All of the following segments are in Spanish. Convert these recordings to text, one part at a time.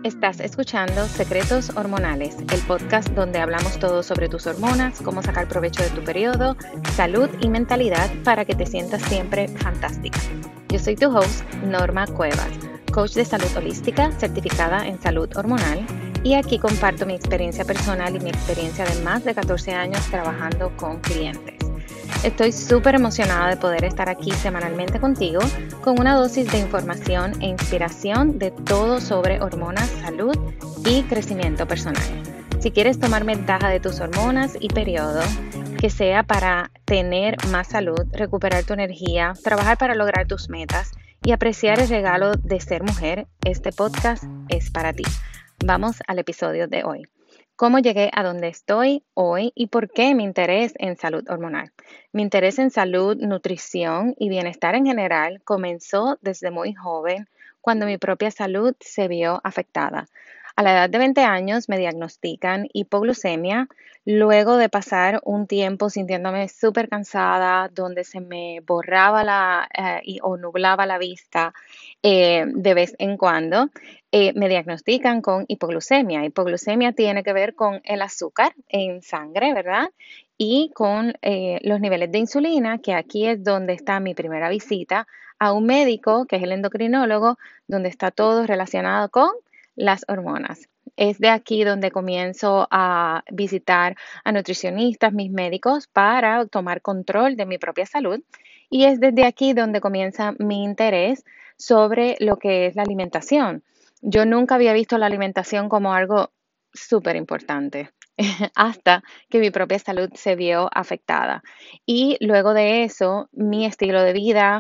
Estás escuchando Secretos Hormonales, el podcast donde hablamos todo sobre tus hormonas, cómo sacar provecho de tu periodo, salud y mentalidad para que te sientas siempre fantástica. Yo soy tu host, Norma Cuevas, coach de salud holística, certificada en salud hormonal, y aquí comparto mi experiencia personal y mi experiencia de más de 14 años trabajando con clientes. Estoy súper emocionada de poder estar aquí semanalmente contigo con una dosis de información e inspiración de todo sobre hormonas, salud y crecimiento personal. Si quieres tomar ventaja de tus hormonas y periodo, que sea para tener más salud, recuperar tu energía, trabajar para lograr tus metas y apreciar el regalo de ser mujer, este podcast es para ti. Vamos al episodio de hoy. ¿Cómo llegué a donde estoy hoy y por qué mi interés en salud hormonal? Mi interés en salud, nutrición y bienestar en general comenzó desde muy joven, cuando mi propia salud se vio afectada. A la edad de 20 años me diagnostican hipoglucemia, luego de pasar un tiempo sintiéndome súper cansada, donde se me borraba o nublaba la vista de vez en cuando. Me diagnostican con hipoglucemia. Hipoglucemia tiene que ver con el azúcar en sangre, ¿verdad? Y con los niveles de insulina, que aquí es donde está mi primera visita a un médico, que es el endocrinólogo, donde está todo relacionado con las hormonas. Es de aquí donde comienzo a visitar a nutricionistas, mis médicos, para tomar control de mi propia salud. Y es desde aquí donde comienza mi interés sobre lo que es la alimentación. Yo nunca había visto la alimentación como algo súper importante hasta que mi propia salud se vio afectada. Y luego de eso, mi estilo de vida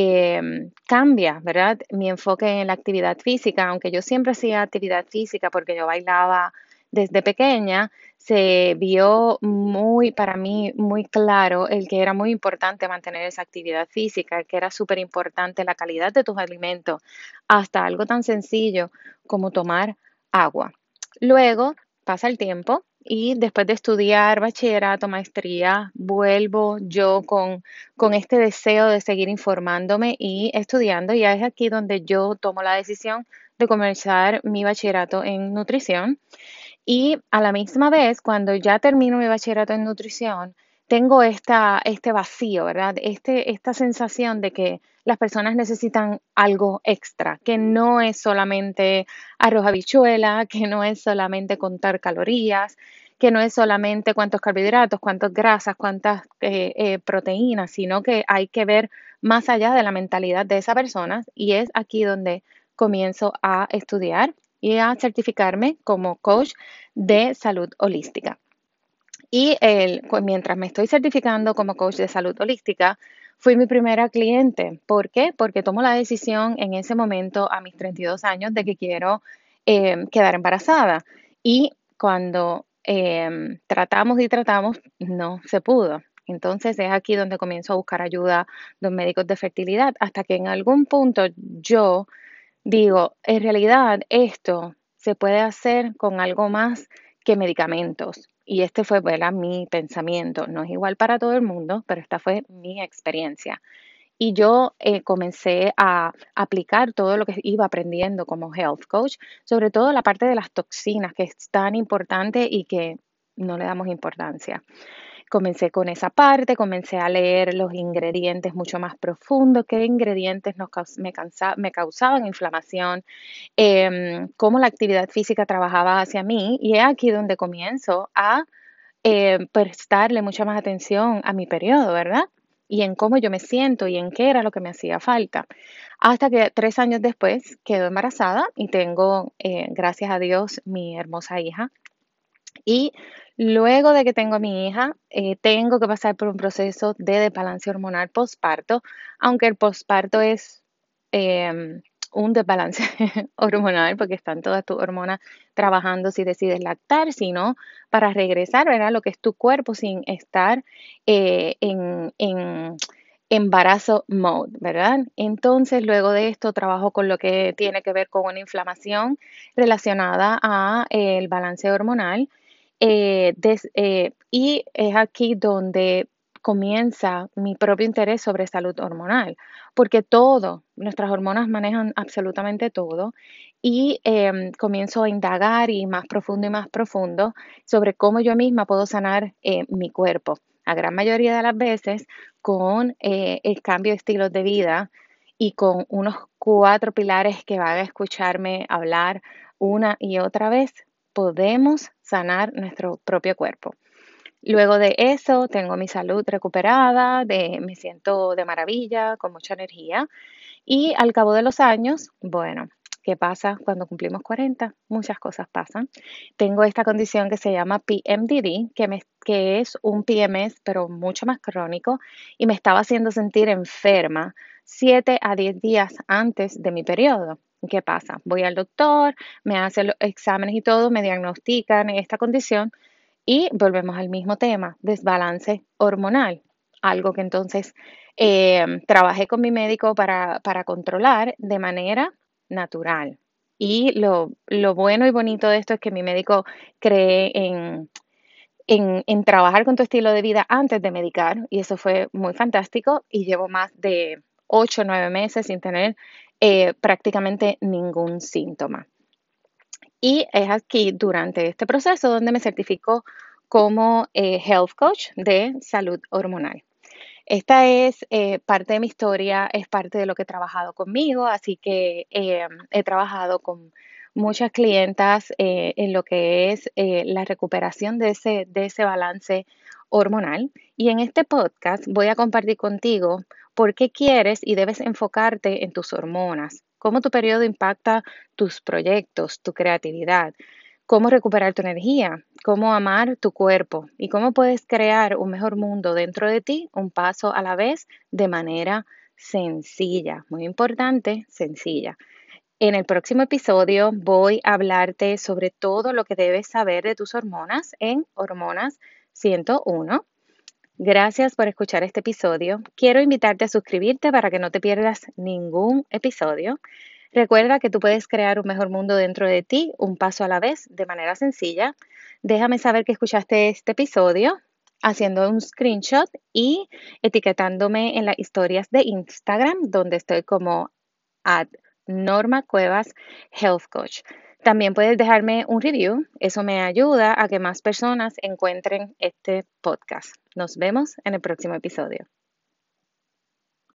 cambia, ¿verdad? Mi enfoque en la actividad física, aunque yo siempre hacía actividad física porque yo bailaba desde pequeña, se vio para mí, muy claro el que era muy importante mantener esa actividad física, que era súper importante la calidad de tus alimentos, hasta algo tan sencillo como tomar agua. Luego pasa el tiempo y después de estudiar bachillerato, maestría, vuelvo yo con este deseo de seguir informándome y estudiando. Y es aquí donde yo tomo la decisión de comenzar mi bachillerato en nutrición. Y a la misma vez, cuando ya termino mi bachillerato en nutrición, tengo este vacío, ¿verdad? Esta sensación de que las personas necesitan algo extra, que no es solamente arroz habichuela, que no es solamente contar calorías, que no es solamente cuántos carbohidratos, cuántas grasas, cuántas proteínas, sino que hay que ver más allá de la mentalidad de esa persona, y es aquí donde comienzo a estudiar y a certificarme como coach de salud holística. Y mientras me estoy certificando como coach de salud holística, fui mi primera cliente. ¿Por qué? Porque tomo la decisión en ese momento, a mis 32 años, de que quiero quedar embarazada. Y cuando tratamos y tratamos, no se pudo. Entonces es aquí donde comienzo a buscar ayuda de médicos de fertilidad, hasta que en algún punto yo digo, en realidad esto se puede hacer con algo más que medicamentos. Y este fue, ¿verdad?, mi pensamiento. No es igual para todo el mundo, pero esta fue mi experiencia. Y yo comencé a aplicar todo lo que iba aprendiendo como health coach, sobre todo la parte de las toxinas, que es tan importante y que no le damos importancia. Comencé con esa parte, comencé a leer los ingredientes mucho más profundos, qué ingredientes me causaban inflamación, cómo la actividad física trabajaba hacia mí, y es aquí donde comienzo a prestarle mucha más atención a mi periodo, ¿verdad? Y en cómo yo me siento y en qué era lo que me hacía falta. Hasta que 3 años después quedo embarazada y tengo, gracias a Dios, mi hermosa hija. Y luego de que tengo a mi hija, tengo que pasar por un proceso de desbalance hormonal posparto, aunque el posparto es un desbalance hormonal, porque están todas tus hormonas trabajando si decides lactar, sino para regresar, ¿verdad? Lo que es tu cuerpo sin estar en embarazo mode, ¿verdad? Entonces, luego de esto, trabajo con lo que tiene que ver con una inflamación relacionada a el balance hormonal, y es aquí donde comienza mi propio interés sobre salud hormonal, porque nuestras hormonas manejan absolutamente todo y comienzo a indagar y más profundo sobre cómo yo misma puedo sanar mi cuerpo. La gran mayoría de las veces con el cambio de estilos de vida y con unos 4 pilares que van a escucharme hablar una y otra vez, podemos sanar nuestro propio cuerpo. Luego de eso, tengo mi salud recuperada, me siento de maravilla, con mucha energía. Y al cabo de los años, bueno, ¿qué pasa cuando cumplimos 40? Muchas cosas pasan. Tengo esta condición que se llama PMDD, que es un PMS, pero mucho más crónico, y me estaba haciendo sentir enferma 7 a 10 días antes de mi periodo. ¿Qué pasa? Voy al doctor, me hacen los exámenes y todo, me diagnostican esta condición y volvemos al mismo tema, desbalance hormonal, algo que entonces trabajé con mi médico para controlar de manera natural. Y lo bueno y bonito de esto es que mi médico cree en trabajar con tu estilo de vida antes de medicar, y eso fue muy fantástico, y llevo más de 8 o 9 meses sin tener prácticamente ningún síntoma. Y es aquí durante este proceso donde me certifico como Health Coach de salud hormonal. Esta es parte de mi historia, es parte de lo que he trabajado conmigo, así que he trabajado con muchas clientas en lo que es la recuperación de ese balance hormonal. Y en este podcast voy a compartir contigo por qué quieres y debes enfocarte en tus hormonas, cómo tu periodo impacta tus proyectos, tu creatividad, cómo recuperar tu energía, cómo amar tu cuerpo y cómo puedes crear un mejor mundo dentro de ti, un paso a la vez, de manera sencilla. Muy importante, sencilla. En el próximo episodio voy a hablarte sobre todo lo que debes saber de tus hormonas en Hormonas 101. Gracias por escuchar este episodio. Quiero invitarte a suscribirte para que no te pierdas ningún episodio. Recuerda que tú puedes crear un mejor mundo dentro de ti, un paso a la vez, de manera sencilla. Déjame saber que escuchaste este episodio haciendo un screenshot y etiquetándome en las historias de Instagram, donde estoy como Norma Cuevas Health Coach. También puedes dejarme un review, eso me ayuda a que más personas encuentren este podcast. Nos vemos en el próximo episodio.